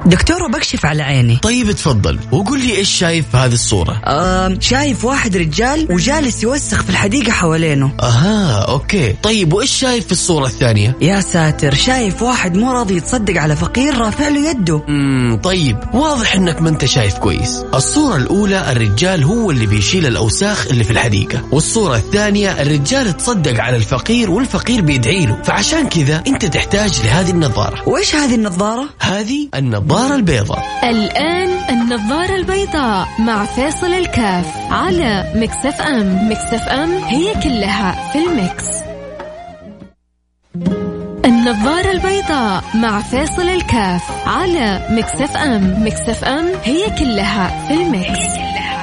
دكتور بكشف على عيني. طيب اتفضل وقول لي إيش شايف في هذه الصورة؟ شايف واحد رجال وجالس يوسخ في الحديقة حوالينه. أوكي. طيب وإيش شايف في الصورة الثانية؟ يا ساتر، شايف واحد مو راضي يتصدق على فقير رافع له يده. طيب واضح إنك ما أنت شايف كويس. الصورة الأولى الرجال هو اللي بيشيل الأوساخ اللي في الحديقة، والصورة الثانية الرجال تصدق على الفقير والفقير بيدعي له، فعشان كذا أنت تحتاج لهذه النظارة. وإيش هذه النظارة؟ هذه النظارة البيضاء. الآن النظارة البيضاء مع فيصل الكاف على ميكس اف ام. ميكس اف ام هي كلها في الميكس. النظارة البيضاء مع فيصل الكاف على ميكس اف ام. ميكس اف ام هي كلها في الميكس.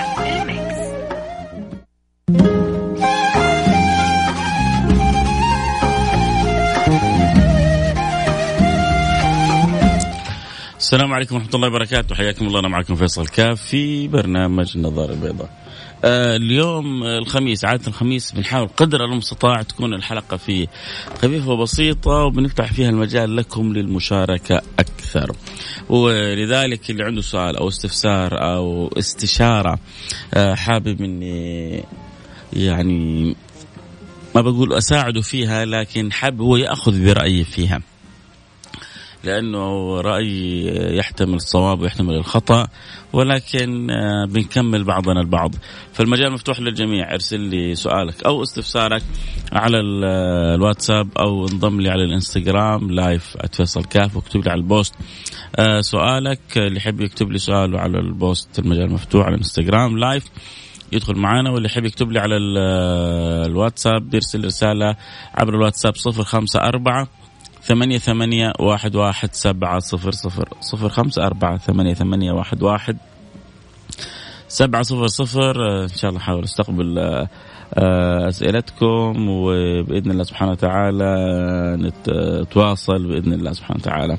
السلام عليكم ورحمة الله وبركاته، حياكم الله. أنا معكم فيصل كاف في برنامج النظارة البيضاء. اليوم الخميس، عادة الخميس بنحاول قدر المستطاع تكون الحلقة فيه خفيفة وبسيطة، وبنفتح فيها المجال لكم للمشاركة أكثر. ولذلك اللي عنده سؤال أو استفسار أو استشارة حابب إني يعني ما بقول أساعده فيها، لكن حابب هو يأخذ برأيي فيها، لأنه رأي يحتمل الصواب ويحتمل الخطأ، ولكن بنكمل بعضنا البعض. فالمجال مفتوح للجميع. ارسل لي سؤالك أو استفسارك على الواتساب، أو انضم لي على الانستغرام لايف @فيصل_كاف، واكتب لي على البوست سؤالك. اللي يحب يكتب لي سؤاله على البوست المجال مفتوح على الانستغرام لايف يدخل معنا، واللي يحب يكتب لي على الواتساب يرسل رسالة عبر الواتساب 054 88 11 700 054 88 11 700. إن شاء الله حاول استقبل أسئلتكم، وبإذن الله سبحانه وتعالى نتواصل بإذن الله سبحانه وتعالى.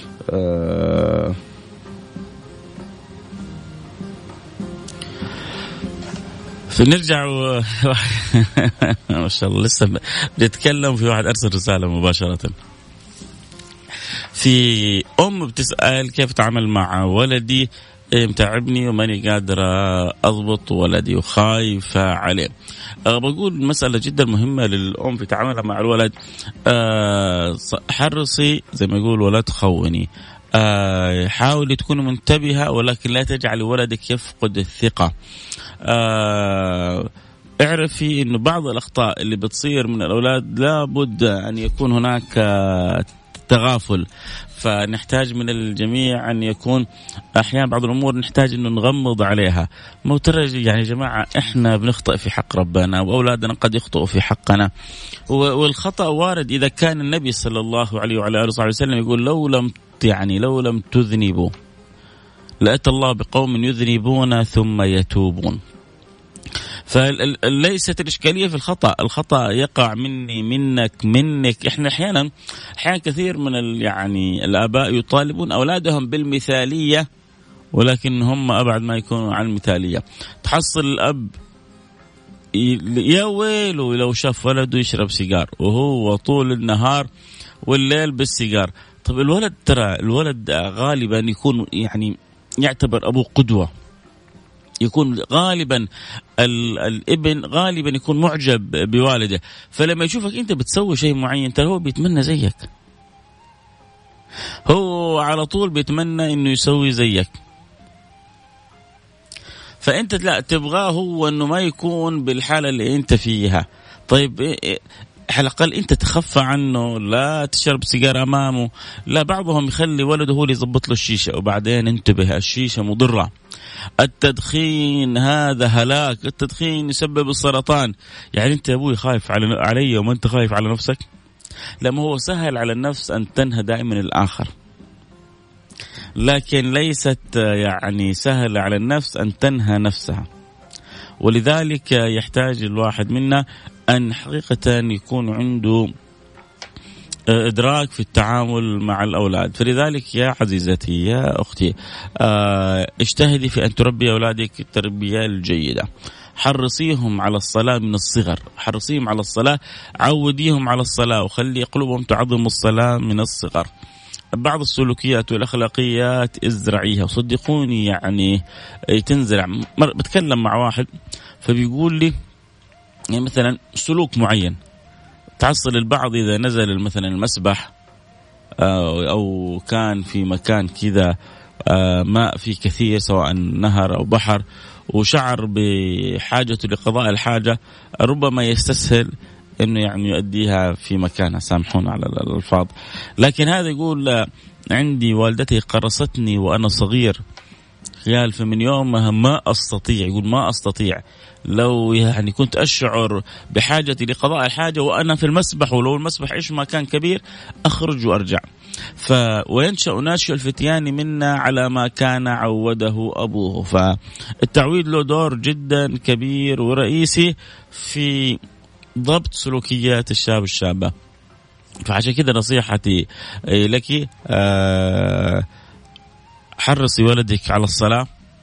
فنرجع ما شاء الله لسه بنتكلم. في واحد أرسل رسالة مباشرة، في أم بتسأل كيف أتعامل مع ولدي متعبني وماني قادرة أضبط ولدي وخايفة عليه. بقول مسألة جدا مهمة للأم في تعاملها مع الولد. حرصي زي ما يقول ولا تخوني. حاولي تكوني منتبهة، ولكن لا تجعلي ولدك يفقد الثقة. اعرفي إنه بعض الأخطاء اللي بتصير من الأولاد لابد أن يكون هناك تغافل، فنحتاج من الجميع أن يكون أحيانا بعض الأمور نحتاج أنه نغمض عليها. موترج يعني جماعة إحنا بنخطئ في حق ربنا، وأولادنا قد يخطئوا في حقنا، والخطأ وارد. إذا كان النبي صلى الله عليه وعلى آله وسلم يقول لو لم تذنبوا لأتى الله بقوم يذنبون ثم يتوبون. فليست الإشكالية في الخطأ يقع مني منك. إحنا أحيانا كثير من يعني الآباء يطالبون أولادهم بالمثالية، ولكن هم أبعد ما يكونوا عن المثالية. تحصل الأب يا ويله لو شاف ولده يشرب سيجار وهو طول النهار والليل بالسيجار. طب الولد غالبا يكون يعني يعتبر أبوه قدوة، يكون غالبا الابن غالبا يكون معجب بوالده، فلما يشوفك انت بتسوي شيء معين ترى هو بيتمنى زيك، هو على طول بيتمنى انه يسوي زيك. فانت لا تبغاه هو انه ما يكون بالحالة اللي انت فيها. طيب على الأقل أنت تخفى عنه، لا تشرب سيجارة أمامه. لا، بعضهم يخلي ولده هو اللي يضبط له الشيشة، وبعدين انتبه الشيشة مضرة، التدخين هذا هلاك، التدخين يسبب السرطان. يعني أنت يا أبوي خايف علي وما أنت خايف على نفسك؟ لما هو سهل على النفس أن تنهى دائما الآخر، لكن ليست يعني سهل على النفس أن تنهى نفسها. ولذلك يحتاج الواحد منا أن حقيقة يكون عنده إدراك في التعامل مع الأولاد. فلذلك يا عزيزتي يا أختي اجتهدي في أن تربي أولادك التربية الجيدة. حرصيهم على الصلاة من الصغر، حرصيهم على الصلاة، عوديهم على الصلاة، وخلي قلوبهم تعظم الصلاة من الصغر. بعض السلوكيات والأخلاقيات ازرعيها، وصدقوني يعني تنزرع. بتكلم مع واحد فبيقول لي يعني مثلا سلوك معين، تعصل البعض إذا نزل مثلا المسبح أو كان في مكان كذا ماء فيه كثير سواء نهر أو بحر وشعر بحاجته لقضاء الحاجة، ربما يستسهل إنه يعني يؤديها في مكانها، سامحونا على الألفاظ. لكن هذا يقول عندي والدتي قرصتني وأنا صغير خيال، فمن يومها ما أستطيع، يقول ما أستطيع لو يعني كنت أشعر بحاجتي لقضاء الحاجة وأنا في المسبح، ولو المسبح إيش ما كان كبير أخرج وأرجع. وينشأ ناشئ الفتيان منا على ما كان عوده أبوه. فالتعويد له دور جدا كبير ورئيسي في ضبط سلوكيات الشاب الشابة. فعشان كده نصيحتي لك حرصي ولدك على الصلاة،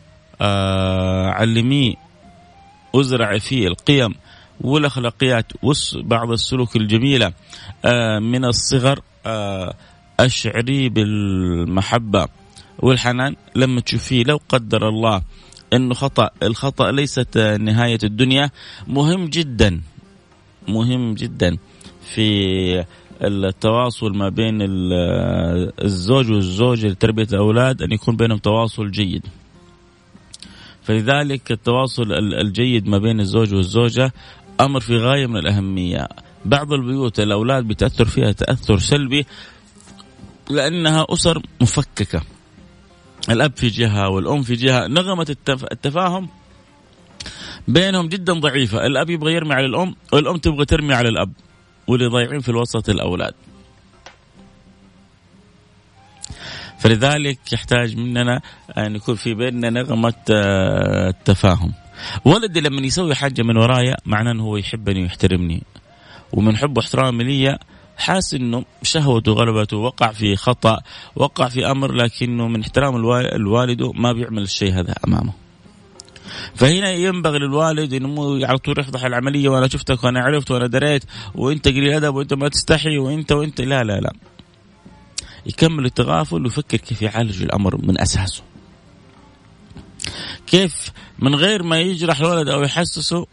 علميه وازرعي فيه القيم والأخلاقيات وبعض السلوك الجميلة من الصغر. أشعري بالمحبة والحنان لما تشوفيه. لو قدر الله أنه خطأ، الخطأ ليست نهاية الدنيا. مهم جدا مهم جدا في التواصل ما بين الزوج والزوجة لتربية الأولاد أن يكون بينهم تواصل جيد. فلذلك التواصل الجيد ما بين الزوج والزوجة أمر في غاية من الأهمية. بعض البيوت الأولاد بتأثر فيها تأثر سلبي لأنها أسر مفككة، الأب في جهة والأم في جهة، نغمة التفاهم بينهم جدا ضعيفة. الأب يبغى يرمي على الأم والأم تبغى ترمي على الأب، واللي ضايعين في الوسط الأولاد. فلذلك يحتاج مننا أن يكون في بيننا نغمة التفاهم. ولدي لما يسوي حاجة من ورايا معناه أنه هو يحبني ويحترمني، ومن حب واحترامي لي حاس أنه شهوته غلبته، وقع في خطأ، وقع في أمر، لكنه من احترام الوالد ما بيعمل الشيء هذا أمامه. فهنا ينبغي للوالد انه مو على طول يفضح العمليه، وانا شفتك وانا عرفت وانا دريت وانت قليل ادب وانت ما تستحي وانت لا لا لا. يكمل التغافل ويفكر كيف يعالج الامر من اساسه، كيف من غير ما يجرح الولد او يحسسه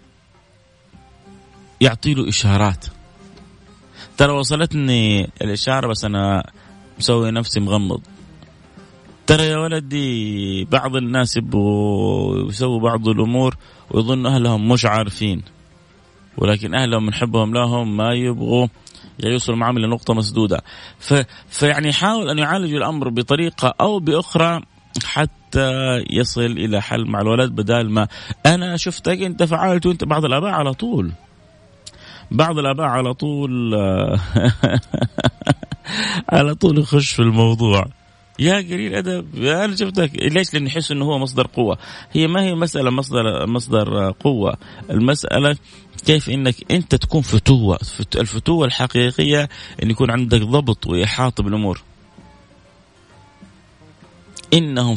يعطي له اشارات. ترى وصلتني الاشاره بس انا مسوي نفسي مغمض. ترى يا ولدي بعض الناس يسووا بعض الأمور ويظن أهلهم مش عارفين، ولكن أهلهم من حبهم لهم ما يبغوا يوصلوا معهم لنقطة مسدودة. فيعني يحاول أن يعالج الأمر بطريقة أو بأخرى حتى يصل إلى حل مع الولد، بدال ما أنا شفتك أنت فعلت. وأنت بعض الآباء على طول على طول يخش في الموضوع. يا قليل أدب، أنا شفتك ليش؟ لأن يحس إنه هو مصدر قوة. هي ما هي مسألة مصدر قوة، المسألة كيف إنك أنت تكون فتوة. الفتوة الحقيقية إن يكون عندك ضبط وإحاطة بالأمور. إنهم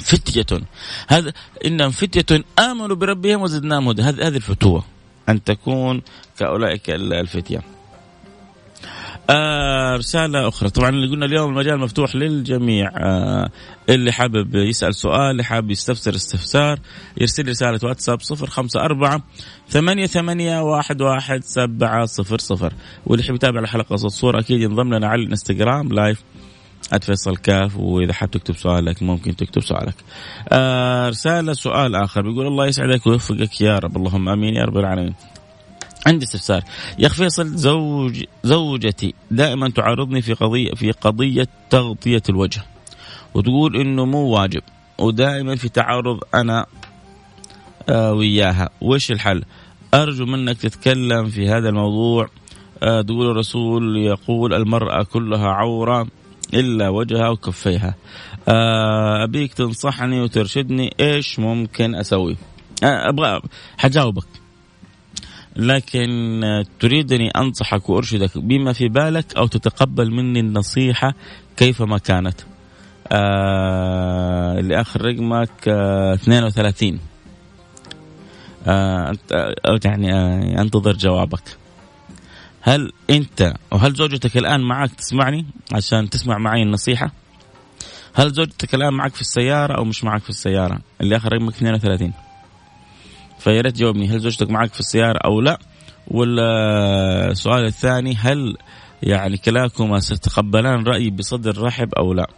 فتية آمنوا بربهم وزدناهم هدى. هذه الفتوة، أن تكون كأولئك الفتية. رسالة أخرى. طبعا اللي قلنا اليوم المجال مفتوح للجميع. اللي حابب يسأل سؤال، اللي حابب يستفسر استفسار، يرسل رسالة واتساب 0548811700. واللي حابب يتابع الحلقة صوت صورة أكيد ينضم لنا على الانستغرام لايف @فيصل كاف. وإذا حاب تكتب سؤالك ممكن تكتب سؤالك. سؤال آخر بيقول الله يسعدك ويوفقك يا رب. اللهم آمين يا رب العالمين. عندي استفسار يا أخي فيصل، زوجتي دائما تعارضني في قضية تغطية الوجه، وتقول إنه مو واجب، ودائما في تعارض أنا وياها. وإيش الحل؟ أرجو منك تتكلم في هذا الموضوع. تقول الرسول يقول المرأة كلها عورة إلا وجهها وكفيها. أبيك تنصحني وترشدني إيش ممكن أسوي. أبغى حجاوبك، لكن تريدني أنصحك وأرشدك بما في بالك أو تتقبل مني النصيحة كيفما كانت. اللي آخر رقمك 32. يعني أنتظر جوابك. هل أنت وهل زوجتك الآن معك تسمعني عشان تسمع معي النصيحة؟ هل زوجتك الآن معك في السيارة أو مش معك في السيارة؟ اللي آخر رقمك 32. فيا ريت جاوبني، هل زوجتك معك في السيارة أو لا؟ والسؤال الثاني، هل يعني كلاكما ستتقبلان رأيي بصدر رحب أو لا؟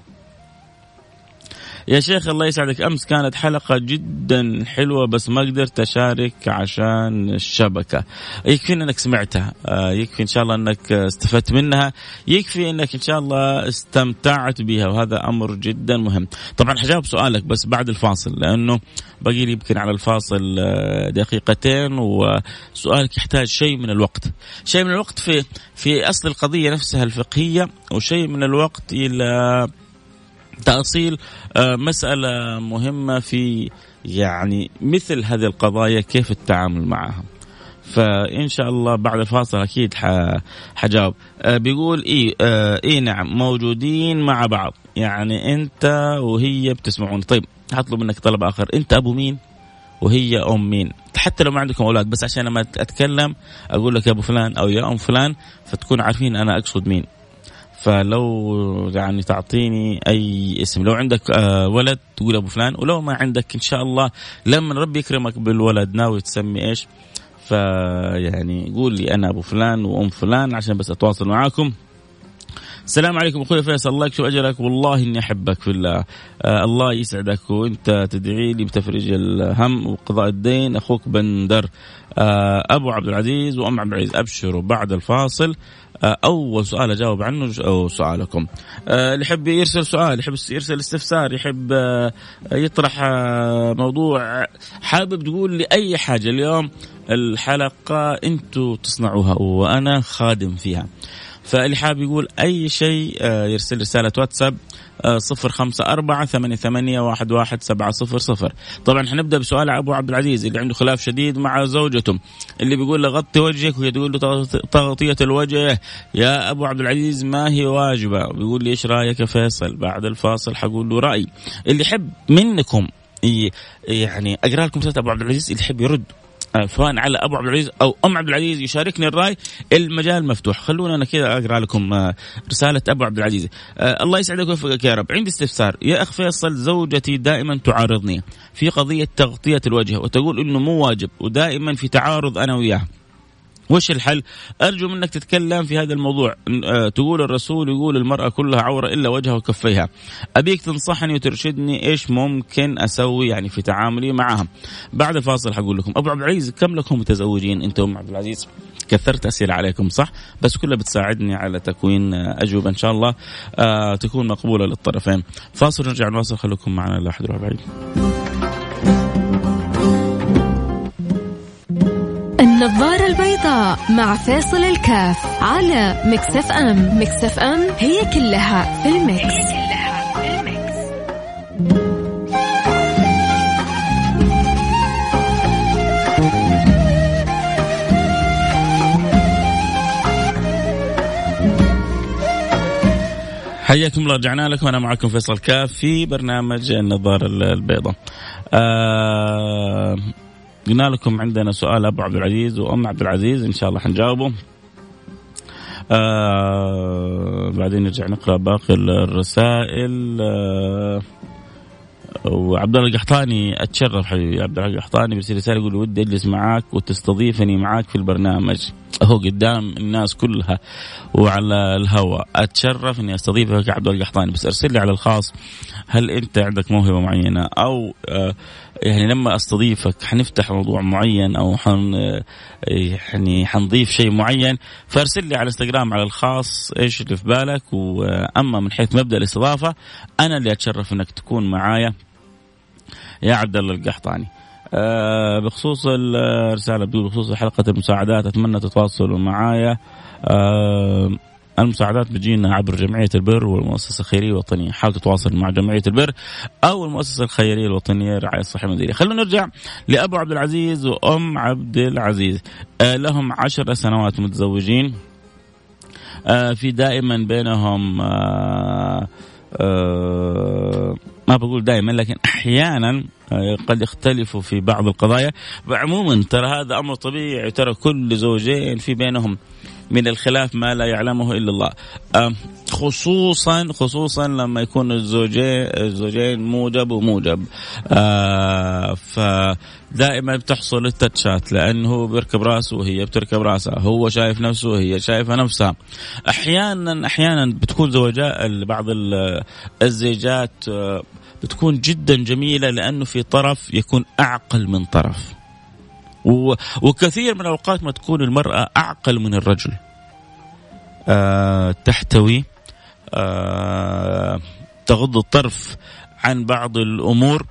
يا شيخ الله يسعدك، أمس كانت حلقة جدا حلوة بس ما قدرت أشارك عشان الشبكة. يكفي أنك سمعتها، يكفي إن شاء الله أنك استفدت منها، يكفي أنك إن شاء الله استمتعت بها، وهذا أمر جدا مهم. طبعا حجاوب سؤالك بس بعد الفاصل، لأنه باقي لي يمكن على الفاصل دقيقتين، وسؤالك يحتاج شيء من الوقت، شيء من الوقت في أصل القضية نفسها الفقهية، وشيء من الوقت إلى تأصيل مسألة مهمة في يعني مثل هذه القضايا كيف التعامل معها. فإن شاء الله بعد الفاصل أكيد حجاوب. بيقول إيه نعم موجودين مع بعض، يعني أنت وهي بتسمعون. طيب هطلب منك طلب آخر، أنت أبو مين وهي أم مين؟ حتى لو ما عندكم أولاد، بس عشان لما أتكلم أقول لك يا أبو فلان أو يا أم فلان فتكون عارفين أنا أقصد مين. فلو يعني تعطيني أي اسم، لو عندك ولد تقول أبو فلان، ولو ما عندك إن شاء الله لما ربي يكرمك بالولد ناوي تسمي إيش، فيعني قول لي أنا أبو فلان وأم فلان عشان بس أتواصل معاكم. السلام عليكم أخوي فيصل، الله يكشف أجرك، والله إني أحبك في الله. الله يسعدك، وأنت تدعي لي بتفريج الهم وقضاء الدين. أخوك بندر أبو عبد العزيز وأم عبد العزيز، أبشروا بعد الفاصل. أول سؤال أجاوب عنه أو سؤالكم. اللي يحب يرسل سؤال، يحب يرسل استفسار، يحب يطرح موضوع، حابب تقول لي أي حاجة اليوم، الحلقة أنتوا تصنعوها وأنا خادم فيها. فاللي حاب يقول أي شيء يرسل رسالة واتساب 0548811700. طبعا حنبدأ بسؤال أبو عبد العزيز اللي عنده خلاف شديد مع زوجته، اللي بيقول له غطي وجهك وهي تقول له تغطية الوجه يا أبو عبد العزيز ما هي واجبة. بيقول لي إيش رأيك يا فيصل؟ بعد الفاصل حقول له رأي. اللي يحب منكم يعني أقرأ لكم رسالة أبو عبد العزيز، اللي يحب يرد سواء على أبو عبد العزيز أو أم عبد العزيز يشاركني الرأي، المجال مفتوح. خلونا أنا كذا أقرأ لكم رسالة أبو عبد العزيز. الله يسعدك ويوفقك يا رب. عندي استفسار يا أخ فيصل، زوجتي دائما تعارضني في قضية تغطية الوجه وتقول إنه مو واجب، ودائما في تعارض أنا وياها. وش الحل؟ أرجو منك تتكلم في هذا الموضوع. تقول الرسول يقول المرأة كلها عورة إلا وجهها وكفيها. أبيك تنصحني وترشدني إيش ممكن أسوي يعني في تعاملي معها. بعد الفاصل حقول لكم. أبو عبد العزيز كم لكم متزوجين أنت وأم عبد العزيز؟ كثرت أسئلة عليكم صح، بس كلها بتساعدني على تكوين أجوبة إن شاء الله تكون مقبولة للطرفين. فاصل نرجع نواصل، خليكم معنا لا أحد يروح بعيد. النظارة البيضاء مع فاصل الكاف على ميكس اف ام. ميكس اف ام هي كلها في الميكس. حياكم الله، رجعنا لكم. أنا معكم فيصل كاف في برنامج النظارة البيضاء. قلنا لكم عندنا سؤال أبو عبد العزيز وأم عبد العزيز، إن شاء الله حنجاوبه. بعدين نرجع نقرأ باقي الرسائل. وعبد الله القحطاني أتشرف حبيبي، عبد الله القحطاني برسل رسالة يقول ودي أجلس معاك وتستضيفني معاك في البرنامج أهو قدام الناس كلها وعلى الهواء. أتشرف إني أستضيفك يا عبد الله القحطاني، بس أرسل لي على الخاص هل أنت عندك موهبة معينة، أو يعني لما أستضيفك حنفتح موضوع معين أو يعني حنضيف شيء معين، فأرسل لي على الانستغرام على الخاص إيش اللي في بالك. وأما من حيث مبدأ الاستضافة أنا اللي أتشرف إنك تكون معايا يا عبد الله القحطاني. بخصوص الرسالة بخصوص حلقة المساعدات، أتمنى تتواصلوا معايا. المساعدات بتجينا عبر جمعية البر والمؤسسة الخيرية الوطنية. حاول تتواصل مع جمعية البر أو المؤسسة الخيرية الوطنية رعاية الصحة المديرية. خلونا نرجع لأبو عبد العزيز وأم عبد العزيز. لهم 10 سنوات متزوجين، في دائما بينهم ما بقول دائما لكن أحيانا قد يختلفوا في بعض القضايا. عموما ترى هذا أمر طبيعي، ترى كل زوجين في بينهم من الخلاف ما لا يعلمه إلا الله. خصوصا لما يكون الزوجين موجب وموجب، فدائما بتحصل التاتشات، لأنه بيركب راسه وهي بتركب راسها، هو شايف نفسه وهي شايفة نفسها. أحيانا بتكون بعض الزوجات بتكون جدا جميلة، لأنه في طرف يكون أعقل من طرف، وكثير من الأوقات ما تكون المرأة أعقل من الرجل، تحتوي، تغض الطرف عن بعض الأمور،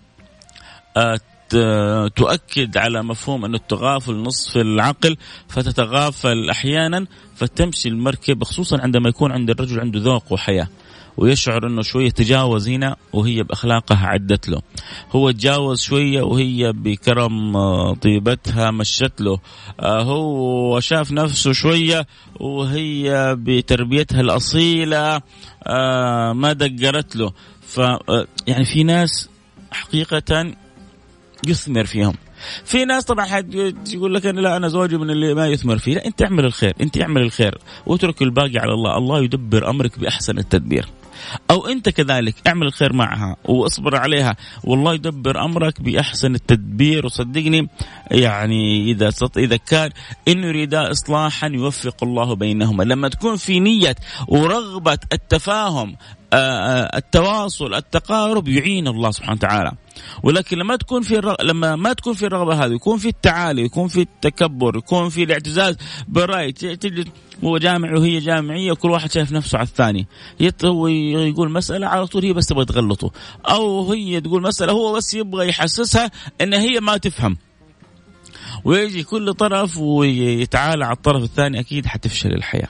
تؤكد على مفهوم أن التغافل نصف العقل، فتتغافل أحيانا، فتمشي المركب، خصوصا عندما يكون عند الرجل عنده ذوق وحياة، ويشعر أنه شوية تجاوز هنا وهي بأخلاقها عدت له، هو تجاوز شوية وهي بكرم طيبتها مشت له، هو شاف نفسه شوية وهي بتربيتها الأصيلة ما دقرت له. يعني في ناس حقيقة يثمر فيهم. في ناس طبعا حد يقول لك لا أنا زوجي من اللي ما يثمر فيه. لا، أنت اعمل الخير، أنت اعمل الخير واترك الباقي على الله. الله يدبر أمرك بأحسن التدبير. أو أنت كذلك اعمل الخير معها واصبر عليها، والله يدبر أمرك بأحسن التدبير. وصدقني يعني إذا كان إن يريدا إصلاحا يوفق الله بينهما. لما تكون في نية ورغبة التفاهم، التواصل، التقارب، يعين الله سبحانه وتعالى. ولكن لما ما تكون في الرغبة هذه، يكون في التعالي، يكون في التكبر، يكون في الاعتزاز بالرأي، تجد هو جامع وهي جامعية وكل واحد شايف نفسه على الثاني، هو يقول مسألة على طول هي بس تبغى تغلطه، أو هي تقول مسألة هو بس يبغى يحسسها إن هي ما تفهم، ويجي كل طرف ويتعالى على الطرف الثاني. أكيد حتفشل الحياة.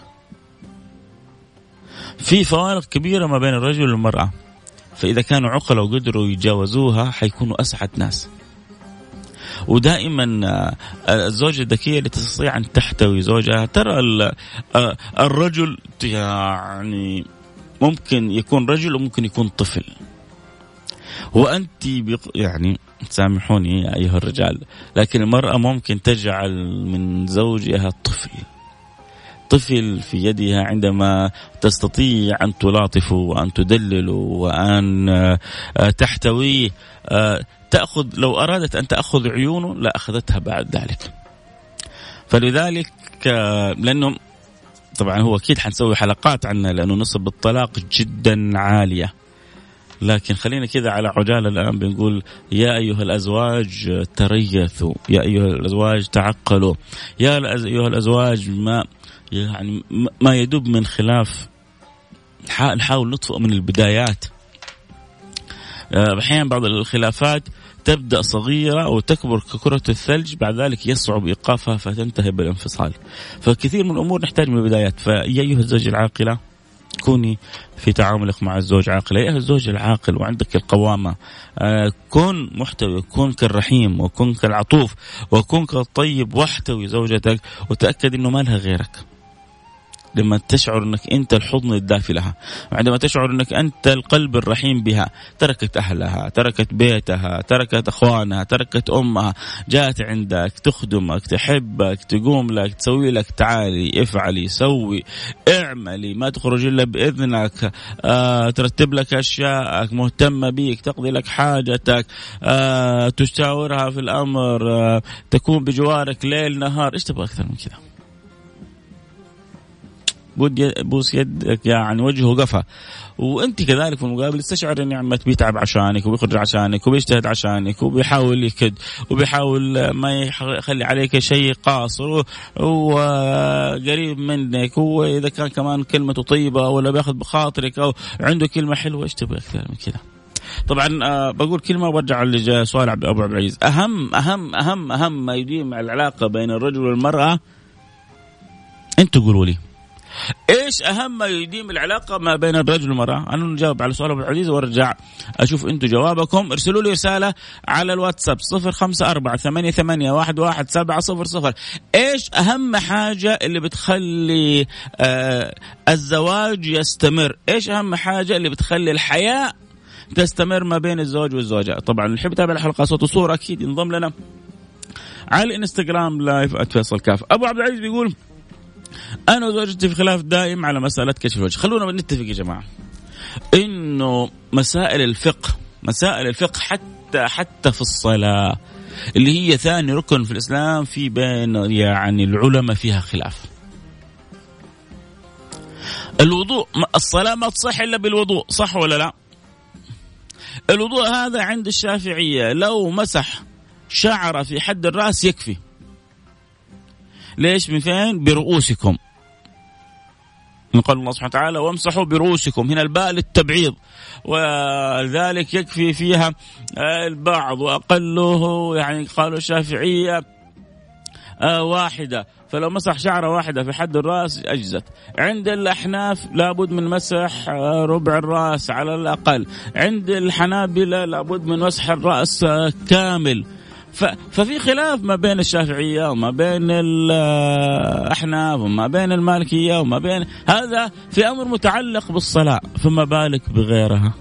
في فوارق كبيرة ما بين الرجل والمرأة، فإذا كانوا عقلة وقدروا يتجاوزوها حيكونوا أسعد ناس. ودائما الزوجة الذكية اللي تستطيع أن تحتوي زوجها. ترى الرجل يعني ممكن يكون رجل وممكن يكون طفل، وأنت يعني سامحوني يا أيها الرجال، لكن المرأة ممكن تجعل من زوجها طفل في يدها عندما تستطيع أن تلاطفه وأن تدلله وأن تحتويه. تأخذ، لو أرادت أن تأخذ عيونه لا أخذتها بعد ذلك. فلذلك لأنه طبعا هو أكيد حنسوي حلقات عنه، لأنه نسب الطلاق جدا عالية. لكن خلينا كذا على عجالة الآن بنقول يا أيها الأزواج تريثوا، يا أيها الأزواج تعقلوا، يا أيها الأزواج ما يدب من خلاف نحاول نطفئ من البدايات. أحيانا بعض الخلافات تبدأ صغيرة وتكبر ككرة الثلج، بعد ذلك يصعب إيقافها فتنتهي بالانفصال. فكثير من الأمور نحتاج من البدايات. فيا أيها الزوجة العاقلة كوني في تعاملك مع الزوج عاقلة. يا الزوج العاقل وعندك القوامة، كن محتوي، كن كالرحيم، وكن كالعطوف، وكن كالطيب، واحتوي زوجتك وتأكد أنه ما لها غيرك. لما تشعر أنك أنت الحضن الدافي لها، وعندما تشعر أنك أنت القلب الرحيم بها، تركت أهلها، تركت بيتها، تركت أخوانها، تركت أمها، جاءت عندك تخدمك، تحبك، تقوم لك، تسوي لك، تعالي افعلي، سوي، اعملي، ما تخرج إلا بإذنك، ترتب لك أشياءك، مهتمة بيك، تقضي لك حاجتك، تشاورها في الأمر، تكون بجوارك ليل نهار. إيش تبغى أكثر من كذا؟ بوس يدك يعني وجهه قفا. وانت كذلك في المقابل استشعر ان عمت بيتعب عشانك وبيخرج عشانك وبيجتهد عشانك وبيحاول يكد وبيحاول ما يخلي عليك شيء قاصر وقريب منك، واذا كان كمان كلمته طيبه ولا بياخذ بخاطرك او عنده كلمه حلوه، ايش تبغى اكثر من كذا؟ طبعا بقول كلمه وبرجع لسؤال ابو عبد العزيز. اهم ما يديم العلاقه بين الرجل والمراه، انتوا قولوا لي ايش اهم ما يديم العلاقه ما بين الرجل والمراه؟ انا نجاوب على سؤال ابو العزيز وارجع اشوف انتم جوابكم. ارسلوا لي رساله على الواتساب 0548811700. ايش اهم حاجه اللي بتخلي الزواج يستمر؟ ايش اهم حاجه اللي بتخلي الحياه تستمر ما بين الزوج والزوجه؟ طبعا اللي يحب يتابع الحلقه صوت وصوره اكيد ينضم لنا على الانستغرام لايف @فيصل كاف. ابو عبد العزيز بيقول أنا وزوجتي في خلاف دائم على مسألة كشف الوجه. خلونا نتفق يا جماعة إنه مسائل الفقه حتى في الصلاة اللي هي ثاني ركن في الإسلام في بين يعني العلماء فيها خلاف. الوضوء، الصلاة ما تصح إلا بالوضوء، صح ولا لا؟ الوضوء هذا عند الشافعية لو مسح شعر في حد الرأس يكفي. ليش؟ من فين؟ برؤوسكم. قال الله سبحانه وتعالى وامسحوا برؤوسكم، هنا الباء للتبعيض، وذلك يكفي فيها البعض، وأقله يعني قالوا الشافعية واحدة، فلو مسح شعرة واحدة في حد الرأس أجزت. عند الأحناف لابد من مسح ربع الرأس على الأقل. عند الحنابلة لابد من مسح الرأس كامل. ففي خلاف ما بين الشافعية وما بين الأحناف وما بين المالكية وما بين هذا في أمر متعلق بالصلاة، فما بالك بغيرها.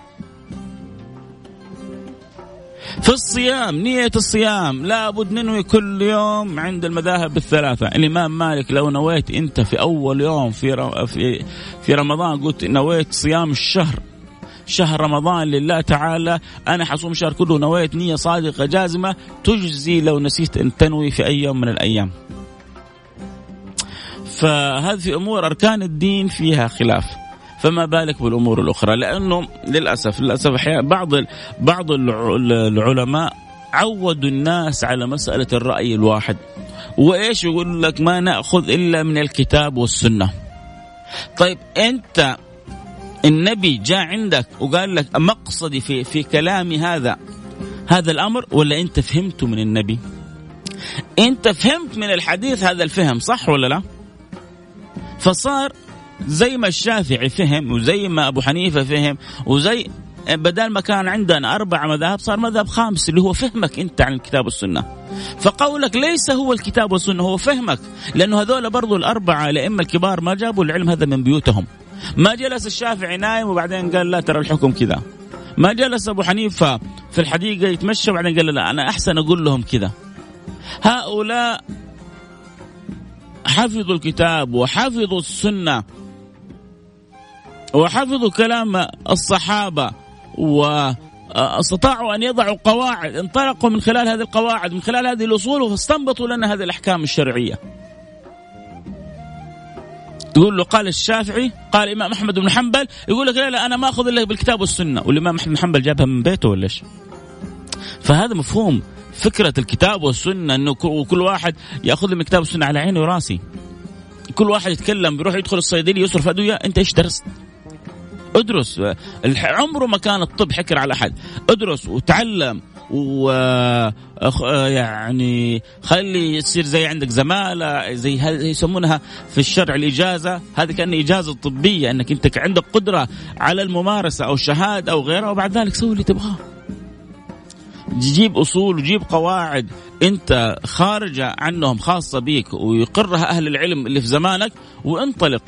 في الصيام، نية الصيام لابد ننوي كل يوم عند المذاهب الثلاثة. الإمام مالك لو نويت أنت في أول يوم في رمضان قلت نويت صيام الشهر، شهر رمضان لله تعالى، أنا حصوم شهر كله، نويت نية صادقة جازمة، تجزي لو نسيت أن تنوي في أي يوم من الأيام. فهذه في أمور أركان الدين فيها خلاف، فما بالك بالأمور الأخرى. لأنه للأسف بعض العلماء عودوا الناس على مسألة الرأي الواحد، وإيش يقول لك ما نأخذ إلا من الكتاب والسنة. طيب أنت النبي جاء عندك وقال لك مقصدي في كلامي هذا الأمر، ولا أنت فهمته من النبي؟ أنت فهمت من الحديث هذا الفهم، صح ولا لا؟ فصار زي ما الشافعي فهم، وزي ما أبو حنيفة فهم، وزي بدل ما كان عندنا 4 مذاهب صار مذهب 5 اللي هو فهمك أنت عن الكتاب والسنة. فقولك ليس هو الكتاب والسنة، هو فهمك، لأنه هذول برضو 4 الأئمة الكبار ما جابوا العلم هذا من بيوتهم. ما جلس الشافعي نايم وبعدين قال لا ترى الحكم كذا. ما جلس أبو حنيفة في الحديقة يتمشى وبعدين قال لا أنا أحسن أقول لهم كذا. هؤلاء حفظوا الكتاب وحفظوا السنة وحفظوا كلام الصحابة، واستطاعوا أن يضعوا قواعد، انطلقوا من خلال هذه القواعد، من خلال هذه الأصول، واستنبطوا لنا هذه الأحكام الشرعية. يقول له قال الشافعي، قال الإمام أحمد بن حنبل، يقول لك لا أنا ما أخذ إلا بالكتاب والسنة، والإمام أحمد بن حنبل جابها من بيته ولا إيش؟ فهذا مفهوم فكرة الكتاب والسنة، أنه كل واحد يأخذ من الكتاب والسنة على عيني وراسي. كل واحد يتكلم بيروح يدخل الصيدلية يصرف أدوية، أنت إيش درست؟ ادرس. عمره ما كان الطب حكر على أحد. ادرس وتعلم يعني خلي يصير زي عندك زمالة، زي يسمونها في الشرع الإجازة، هذه كأنها إجازة طبية، أنك أنت عندك قدرة على الممارسة أو الشهادة أو غيرها، وبعد ذلك سوي اللي تبغاه. جيب أصول وجيب قواعد أنت خارجة عنهم خاصة بيك ويقرها أهل العلم اللي في زمانك، وانطلق.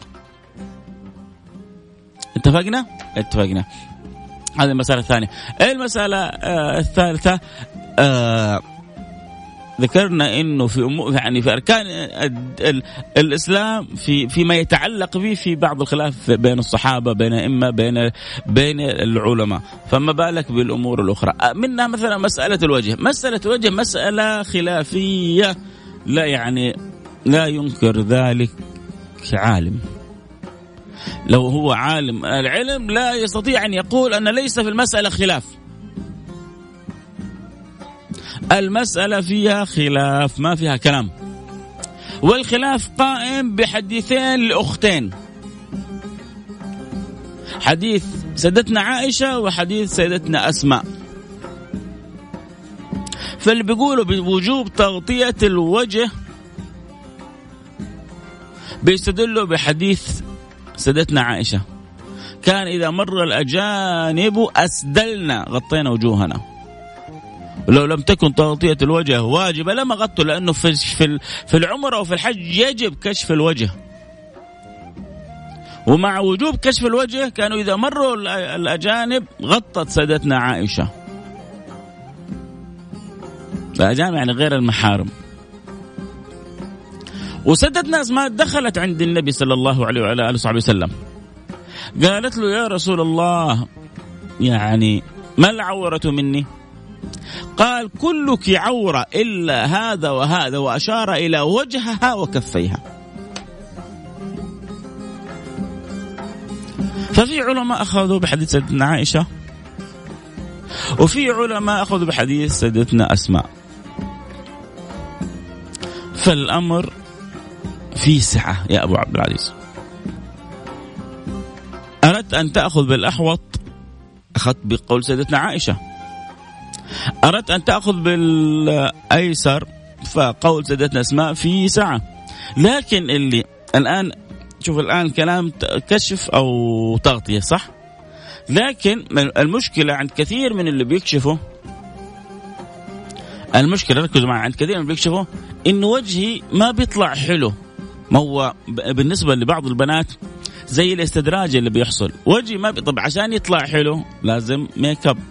اتفقنا؟ هذه المسألة الثانية. المسألة الثالثة، ذكرنا إنه في أركان الإسلام فيما يتعلق به في بعض الخلاف بين الصحابة، بين الأئمة، بين العلماء، فما بالك بالأمور الأخرى. منها مثلا مسألة الوجه. مسألة خلافية، لا ينكر ذلك عالم. لو هو عالم العلم لا يستطيع أن يقول أن ليس في المسألة خلاف. المسألة فيها خلاف، ما فيها كلام. والخلاف قائم بحديثين لأختين، حديث سيدتنا عائشة وحديث سيدتنا أسماء. فاللي بيقولوا بوجوب تغطية الوجه بيستدلوا بحديث سيدتنا عائشة، كان إذا مر الأجانب أسدلنا، غطينا وجوهنا. ولو لم تكن تغطية الوجه واجبة لما غطوا، لأنه في العمرة وفي الحج يجب كشف الوجه. ومع وجوب كشف الوجه كانوا إذا مروا الأجانب غطت سيدتنا عائشة. الأجانب يعني غير المحارم. وسيدتنا أسماء دخلت عند النبي صلى الله عليه وعلى آله وصحبه وسلم، قالت له يا رسول الله يعني ما العورة مني؟ قال كلك عورة إلا هذا وهذا، وأشار إلى وجهها وكفيها. ففي علماء أخذوا بحديث سيدتنا عائشة، وفي علماء أخذوا بحديث سيدتنا أسماء. فالأمر في سعة يا أبو عبد العزيز. أردت أن تأخذ بالأحوط، أخذت بقول سيدتنا عائشة. أردت أن تأخذ بالأيسر، فقول سيدتنا أسماء في سعة. لكن اللي الآن شوف، الآن كلام كشف أو تغطية صح، لكن المشكلة عند كثير من اللي بيكشفوا، المشكلة ركزوا معي، عند كثير من اللي بيكشفوا إنه وجهي ما بيطلع حلو. ما هو بالنسبة لبعض البنات زي الاستدراج اللي بيحصل، وجهي ما طب عشان يطلع حلو لازم ميك اب.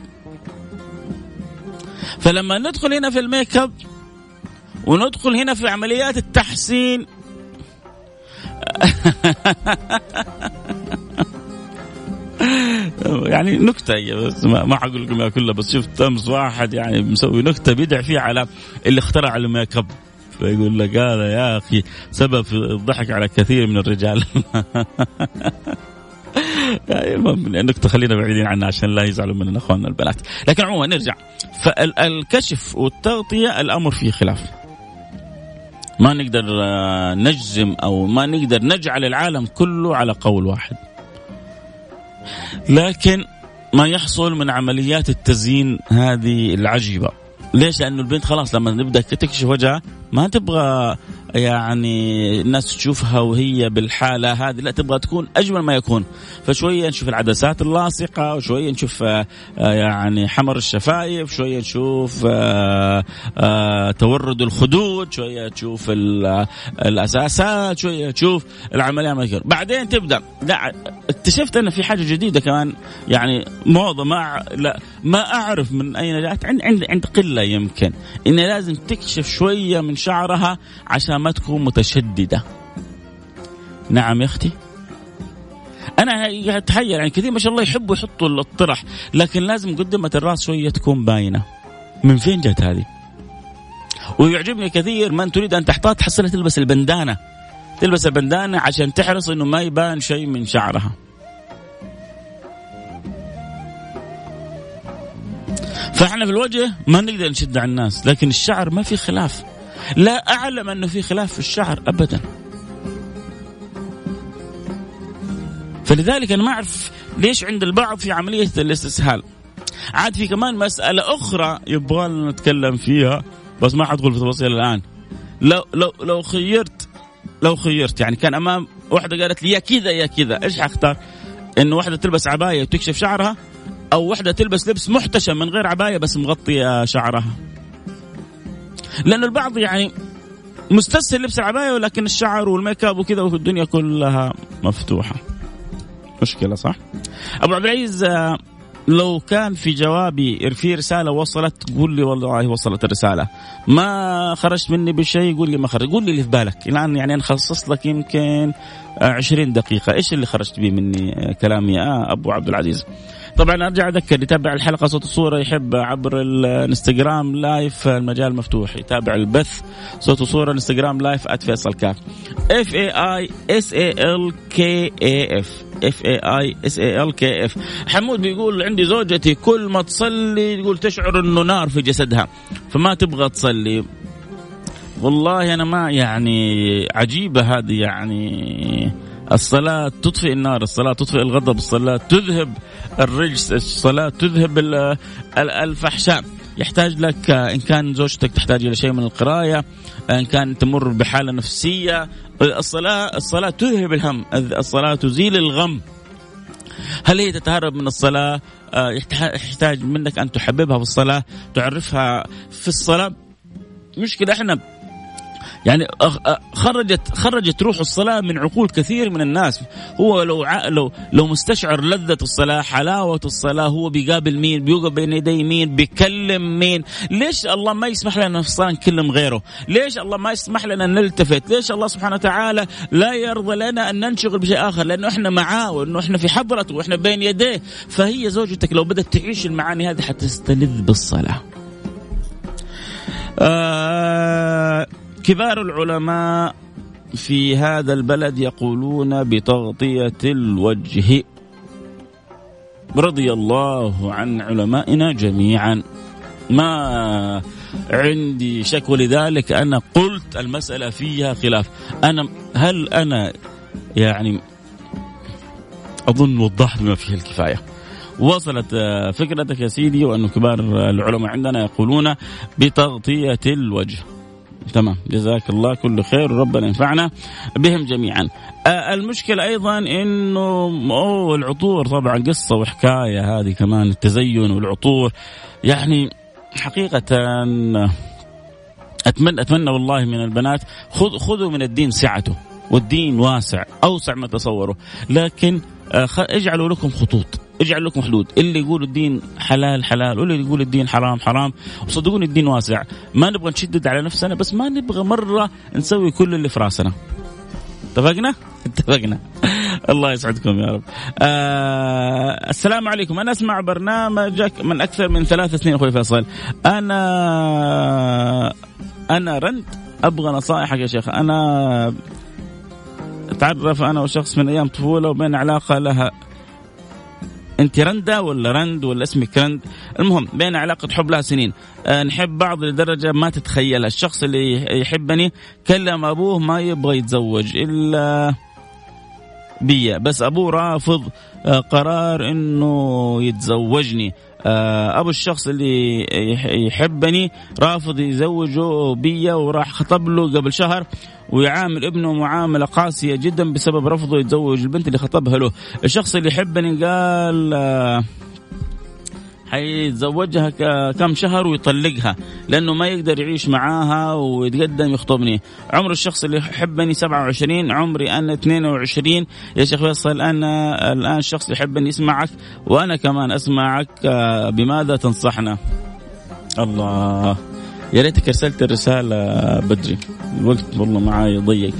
فلما ندخل هنا في الميك اب وندخل هنا في عمليات التحسين يعني نكتة، بس ما حقول لكم كلها، بس شفت أمس واحد يعني مسوي نكتة بيدع فيه على اللي اخترع الميك اب، فيقول لك هذا يا أخي سبب في الضحك على كثير من الرجال. المهم النكتة خلينا بعيدين عنها عشان لا يزعلوا مننا أخواننا البنات. لكن عموما نرجع، فالكشف والتغطية الأمر فيه خلاف، ما نقدر نجزم أو ما نقدر نجعل العالم كله على قول واحد. لكن ما يحصل من عمليات التزيين هذه العجيبة، ليش؟ لأنه البنت خلاص لما نبدأ تكشف وجهها ما تبغى يعني الناس تشوفها وهي بالحالة هذه، لا تبغى تكون أجمل ما يكون. فشوية نشوف العدسات اللاصقة، وشوية نشوف يعني حمر الشفايف، شوية نشوف تورد الخدود، شوية تشوف الأساسات، شوية تشوف العملية ما يكون. بعدين تبدأ لا، اكتشفت أن في حاجة جديدة كمان، يعني موضة ما أعرف من أين جاءت، عند قلة يمكن إن لازم تكشف شوية من شعرها عشان ما تكون متشددة. نعم يا أختي، أنا أتخيل يعني كثير ما شاء الله يحبوا يحطوا الطرح، لكن لازم قدمة الرأس شوية تكون باينة. من فين جت هذه؟ ويعجبني كثير من تريد أن تحتاط تحصلها تلبس البندانة، تلبس البندانة عشان تحرص إنه ما يبان شيء من شعرها. فإحنا في الوجه ما نقدر نشد على الناس، لكن الشعر ما في خلاف، لا أعلم أنه في خلاف في الشعر أبدا. فلذلك أنا ما أعرف ليش عند البعض في عملية الاستسهال. عاد في كمان مسألة أخرى يبغى نتكلم فيها، بس ما حدخل في تفاصيل الآن. لو خيرت يعني كان أمام واحدة قالت لي يا كذا يا كذا، إيش حختار؟ إنه واحدة تلبس عباية وتكشف شعرها، أو واحدة تلبس لبس محتشم من غير عباية بس مغطية شعرها؟ لأن البعض يعني مستسهل لبس العباية، ولكن الشعر والميك اب وكذا والدنيا كلها مفتوحة. مشكلة صح؟ أبو عبد العزيز، لو كان في جوابي في رسالة وصلت قول لي والله وصلت الرسالة، ما خرجت مني بشيء قول لي ما خرج، قول لي اللي في بالك الآن. يعني نخصص لك يمكن 20 دقيقة إيش اللي خرجت به مني كلامي يا أبو عبد العزيز. طبعا أرجع أذكر يتابع الحلقة صوت الصورة يحب عبر الانستغرام لايف، المجال مفتوح، يتابع البث صوت الصورة الانستغرام لايف @فيصل_كاف FAISALKAF. حمود بيقول عندي زوجتي كل ما تصلي تقول تشعر إنه نار في جسدها فما تبغى تصلي. والله أنا ما يعني عجيبة هذه، يعني الصلاة تطفئ النار، الصلاة تطفئ الغضب، الصلاة تذهب الرجس، الصلاة تذهب الفحشاء. يحتاج لك إن كان زوجتك تحتاج إلى شيء من القراءة، إن كان تمر بحالة نفسية، الصلاة تذهب الهم، الصلاة تزيل الغم. هل هي تتهرب من الصلاة؟ يحتاج منك أن تحببها في الصلاة، تعرفها في الصلاة. مشكلة إحنا يعني خرجت روح الصلاة من عقول كثير من الناس. هو لو مستشعر لذة الصلاة، حلاوة الصلاة، هو بيقابل مين، بيوقف بين يدي مين، بيكلم مين. ليش الله ما يسمح لنا في الصلاة نكلم غيره؟ ليش الله ما يسمح لنا نلتفت؟ ليش الله سبحانه وتعالى لا يرضى لنا أن ننشغل بشيء آخر؟ لأنه إحنا معاه، وإنه إحنا في حضرته، وإحنا بين يديه. فهي زوجتك لو بدأت تعيش المعاني هذه حتستلذ بالصلاة. كبار العلماء في هذا البلد يقولون بتغطية الوجه. رضي الله عن علمائنا جميعا، ما عندي شك، ولذلك أنا قلت المسألة فيها خلاف. هل أنا يعني أظن وضحت بما فيه الكفاية. وصلت فكرتك يا سيدي، وأنه كبار العلماء عندنا يقولون بتغطية الوجه. تمام، جزاك الله كل خير وربنا ينفعنا بهم جميعا. المشكلة أيضا أنه العطور طبعا قصة وحكاية، هذه كمان التزين والعطور. يعني حقيقة أتمنى والله من البنات خذوا من الدين سعته، والدين واسع أوسع ما تصوروا، لكن اجعلوا لكم خطوط، اجعلوا لكم حدود. اللي يقول الدين حلال حلال، واللي يقول الدين حرام حرام. وصدقوني الدين واسع، ما نبغى نشدد على نفسنا، بس ما نبغى مرة نسوي كل اللي في راسنا. اتفقنا. الله يسعدكم يا رب. السلام عليكم، أنا أسمع برنامجك من أكثر من 3 سنين أخوي فيصل. أنا رند، أبغى نصائحك يا شيخ. أنا تعرف أنا وشخص من أيام طفولة وبين علاقة لها. أنت رندة ولا رند ولا اسمك رند؟ المهم بين علاقة حب لها سنين، نحب بعض لدرجة ما تتخيلها. الشخص اللي يحبني كلم أبوه ما يبغى يتزوج إلا بيا، بس أبوه رافض قرار إنه يتزوجني. أبو الشخص اللي يحبني رافض يزوجه بيا، وراح خطب له قبل شهر، ويعامل ابنه معاملة قاسية جدا بسبب رفضه يتزوج البنت اللي خطبها له. الشخص اللي يحبني قال حيتزوجها كم شهر ويطلقها لأنه ما يقدر يعيش معاها ويتقدم يخطبني. عمر الشخص اللي يحبني 27، عمري أنا 22. يا شيخ فيصل أنا الآن الشخص اللي يحبني يسمعك وأنا كمان أسمعك، بماذا تنصحنا؟ الله، يا ريتك أرسلت الرسالة بدري، الوقت والله معاي ضيق.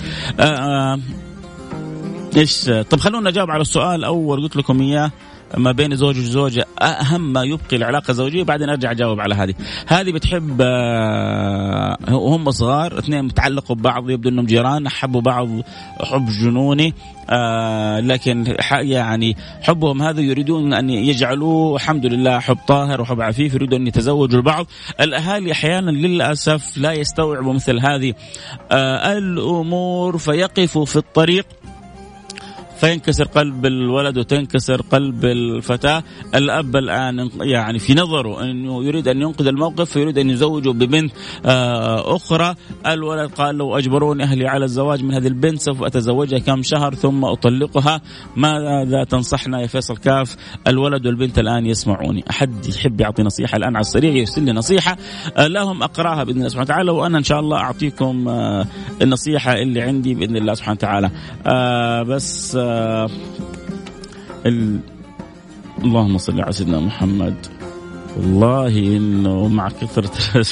إيش؟ طب خلونا نجاوب على السؤال أول قلت لكم إياه، ما بين زوج وزوجة أهم ما يبقي العلاقة الزوجية. بعدين أرجع أجاوب على هذه بتحب هم صغار، 2 متعلقوا ببعض، يبدو أنهم جيران، حبوا بعض حب جنوني، لكن يعني حبهم هذا يريدون أن يجعلوه الحمد لله حب طاهر وحب عفيف، يريدون أن يتزوجوا البعض. الأهالي أحيانا للأسف لا يستوعبوا مثل هذه الأمور، فيقفوا في الطريق فينكسر قلب الولد وتنكسر قلب الفتاة. الأب الآن يعني في نظره أنه يريد أن ينقذ الموقف، فيريد أن يزوجه ببنت أخرى. الولد قال لو أجبروني أهلي على الزواج من هذه البنت سوف أتزوجها كم شهر ثم أطلقها. ماذا تنصحنا يا فيصل كاف؟ الولد والبنت الآن يسمعوني، أحد يحب يعطي نصيحة الآن على السريع يرسل لي نصيحة لهم أقراها بإذن الله سبحانه وتعالى، وأنا إن شاء الله أعطيكم النصيحة اللي عندي بإذن الله سبحانه وتعالى. بس اللهم صل على سيدنا محمد. والله إنه مع كثرة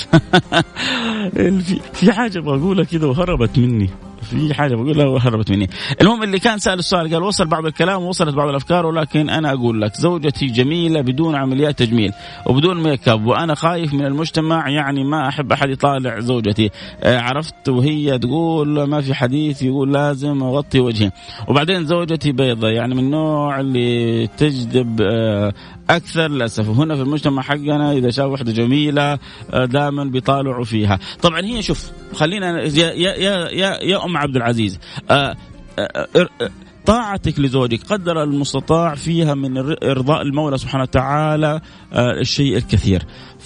في حاجة بقولها كده وهربت مني، في حاجة بقولها وهربت مني. المهم اللي كان سأل السؤال قال وصل بعض الكلام ووصلت بعض الأفكار، ولكن أنا أقول لك زوجتي جميلة بدون عمليات تجميل وبدون ميك اب، وأنا خايف من المجتمع، يعني ما أحب أحد يطالع زوجتي. عرفت؟ وهي تقول ما في حديث يقول لازم أغطي وجهي. وبعدين زوجتي بيضة، يعني من النوع اللي تجذب أكثر للأسف. هنا في المجتمع حقنا إذا شاف واحدة جميلة دائما بيطالعوا فيها. طبعا هي شوف، خلينا يا أم عبد العزيز، طاعتك لزوجك قدر المستطاع فيها من إرضاء المولى سبحانه وتعالى الشيء الكثير.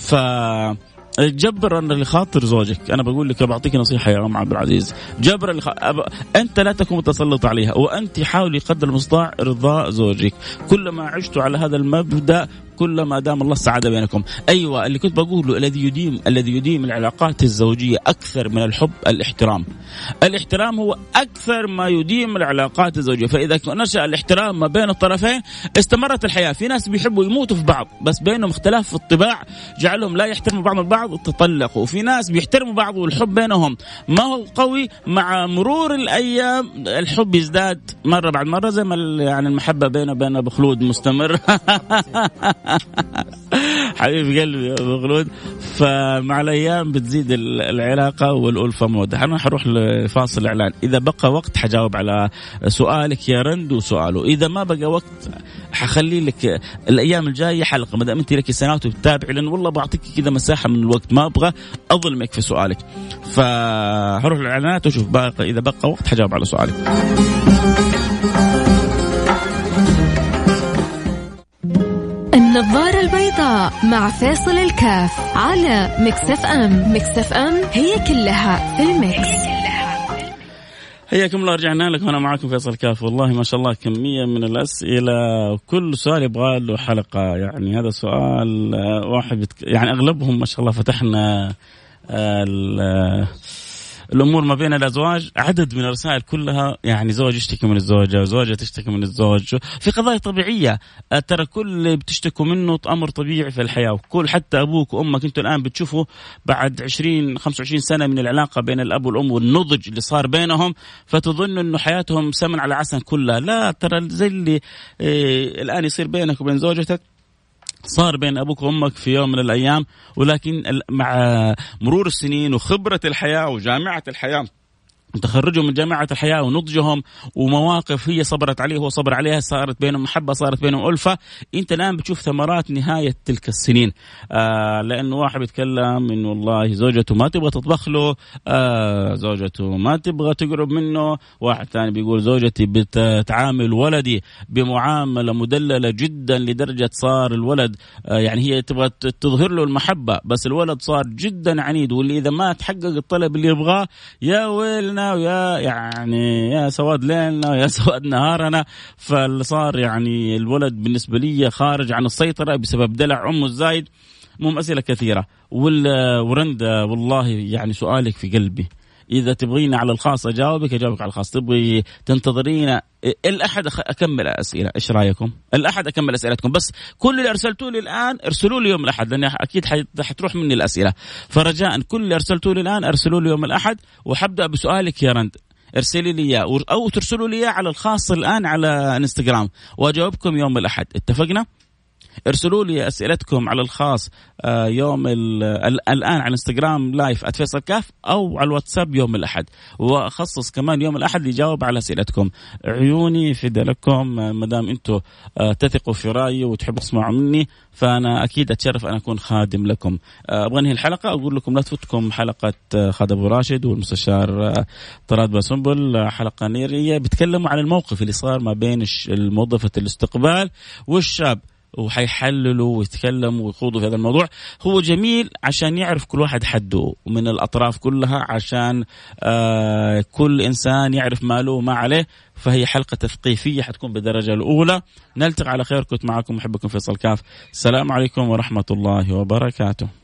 جبر لخاطر زوجك. أنا بقول لك بعطيك نصيحة يا أم عبد العزيز، جبر أنت لا تكون متسلط عليها، وأنت حاولي قدر المستطاع إرضاء زوجك. كلما عشت على هذا المبدأ كلما دام الله السعادة بينكم. أيوة اللي كنت بقوله الذي يديم العلاقات الزوجية أكثر من الحب الاحترام هو أكثر ما يديم العلاقات الزوجية. فإذا نشأ الاحترام ما بين الطرفين استمرت الحياة. في ناس بيحبوا يموتوا في بعض بس بينهم اختلاف في الطباع جعلهم لا يحترموا بعض البعض وتطلقوا. وفي ناس بيحترموا بعض والحب بينهم ما هو قوي، مع مرور الأيام الحب يزداد مرة بعد مرة زي ما يعني المحبة بينه وبين أبو خلود مستمر. حبيب قلبي أبو خلود. فمع الأيام بتزيد العلاقة والألفة مودة. أنا حروح لفاصل إعلان، إذا بقى وقت حجاوب على سؤالك يا رند وسؤاله، إذا ما بقى وقت حخلي لك الأيام الجاية حلقة ما دام أنت لك سنوات وبتتابعي، لأن والله بعطيك كذا مساحة من الوقت ما أبغى أظلمك في سؤالك. فحروح للإعلانات وشوف باقي إذا بقى وقت حجاوب على سؤالك. النظارة البيضاء مع فيصل الكاف على ميكس اف ام. ميكس اف ام هي كلها في الميكس. حياكم الله، رجعنا لكم. أنا معكم فيصل الكاف. والله ما شاء الله كمية من الأسئلة، وكل سؤال يبغى له حلقة. يعني هذا سؤال واحد يعني أغلبهم ما شاء الله فتحنا الأمور ما بين الأزواج. عدد من الرسائل كلها يعني زوج يشتكي من الزوجة وزوجة تشتكي من الزوج في قضايا طبيعية. ترى كل اللي بتشتكوا منه أمر طبيعي في الحياة. وكل حتى أبوك وأمك أنتوا الآن بتشوفوا بعد 20-25 سنة من العلاقة بين الأب والأم والنضج اللي صار بينهم، فتظن أنه حياتهم سمن على عسل كلها. لا، ترى زي اللي الآن يصير بينك وبين زوجتك صار بين أبوك وأمك في يوم من الأيام. ولكن مع مرور السنين وخبرة الحياة وجامعة الحياة تخرجهم من جامعة الحياة ونضجهم ومواقف هي صبرت عليه وهو صبر عليها، صارت بينهم محبة، صارت بينهم ألفة. أنت الآن بتشوف ثمرات نهاية تلك السنين. لأنه واحد بيتكلم إنه والله زوجته ما تبغى تطبخ له، زوجته ما تبغى تقرب منه. واحد ثاني بيقول زوجتي بتعامل ولدي بمعاملة مدللة جدا لدرجة صار الولد يعني هي تبغى تظهر له المحبة بس الولد صار جدا عنيد، واللي إذا ما تحقق الطلب اللي يبغاه يا ويلنا ويا يعني يا سواد ليلنا ويا سواد نهارنا. فصار يعني الولد بالنسبة لي خارج عن السيطرة بسبب دلع أمه الزايد. أسئلة كثيرة. ورندا والله يعني سؤالك في قلبي. إذا تبغينا على الخاص أجاوبك على الخاص، تبغي تنتظرينا الأحد أكمل أسئلة. إيش رأيكم؟ الأحد أكمل أسئلتكم، بس كل اللي أرسلتوا لي الآن أرسلوا لي يوم الأحد، لأن أكيد حتروح مني الأسئلة. فرجاء كل اللي أرسلتوا لي الآن أرسلوا لي يوم الأحد، وحبدأ بسؤالك يا رند. ارسلي لي إياه أو ترسلوا لي إياه على الخاص الآن على انستغرام وأجاوبكم يوم الأحد. اتفقنا؟ ارسلوا لي أسئلتكم على الخاص يوم الآن على انستغرام لايف @فيصل كاف أو على الواتساب يوم الأحد، وأخصص كمان يوم الأحد يجاوب على أسئلتكم. عيوني فدا لكم مدام أنتوا تثقوا في رأيي وتحبوا تسمعوا مني، فأنا أكيد أتشرف أن أكون خادم لكم. أبغى أنهي الحلقة أقول لكم لا تفوتكم حلقة خالد أبو راشد والمستشار طراد باسنبل، حلقة نيرية بيتكلموا عن الموقف اللي صار ما بين الموظفة الاستقبال والشاب، وحيحللوا ويتكلموا ويخوضوا في هذا الموضوع. هو جميل عشان يعرف كل واحد حده من الأطراف كلها، عشان كل إنسان يعرف ما له وما عليه. فهي حلقة تثقيفية حتكون بالدرجة الأولى. نلتقي على خير. كنت معكم محبكم فيصل كاف. السلام عليكم ورحمة الله وبركاته.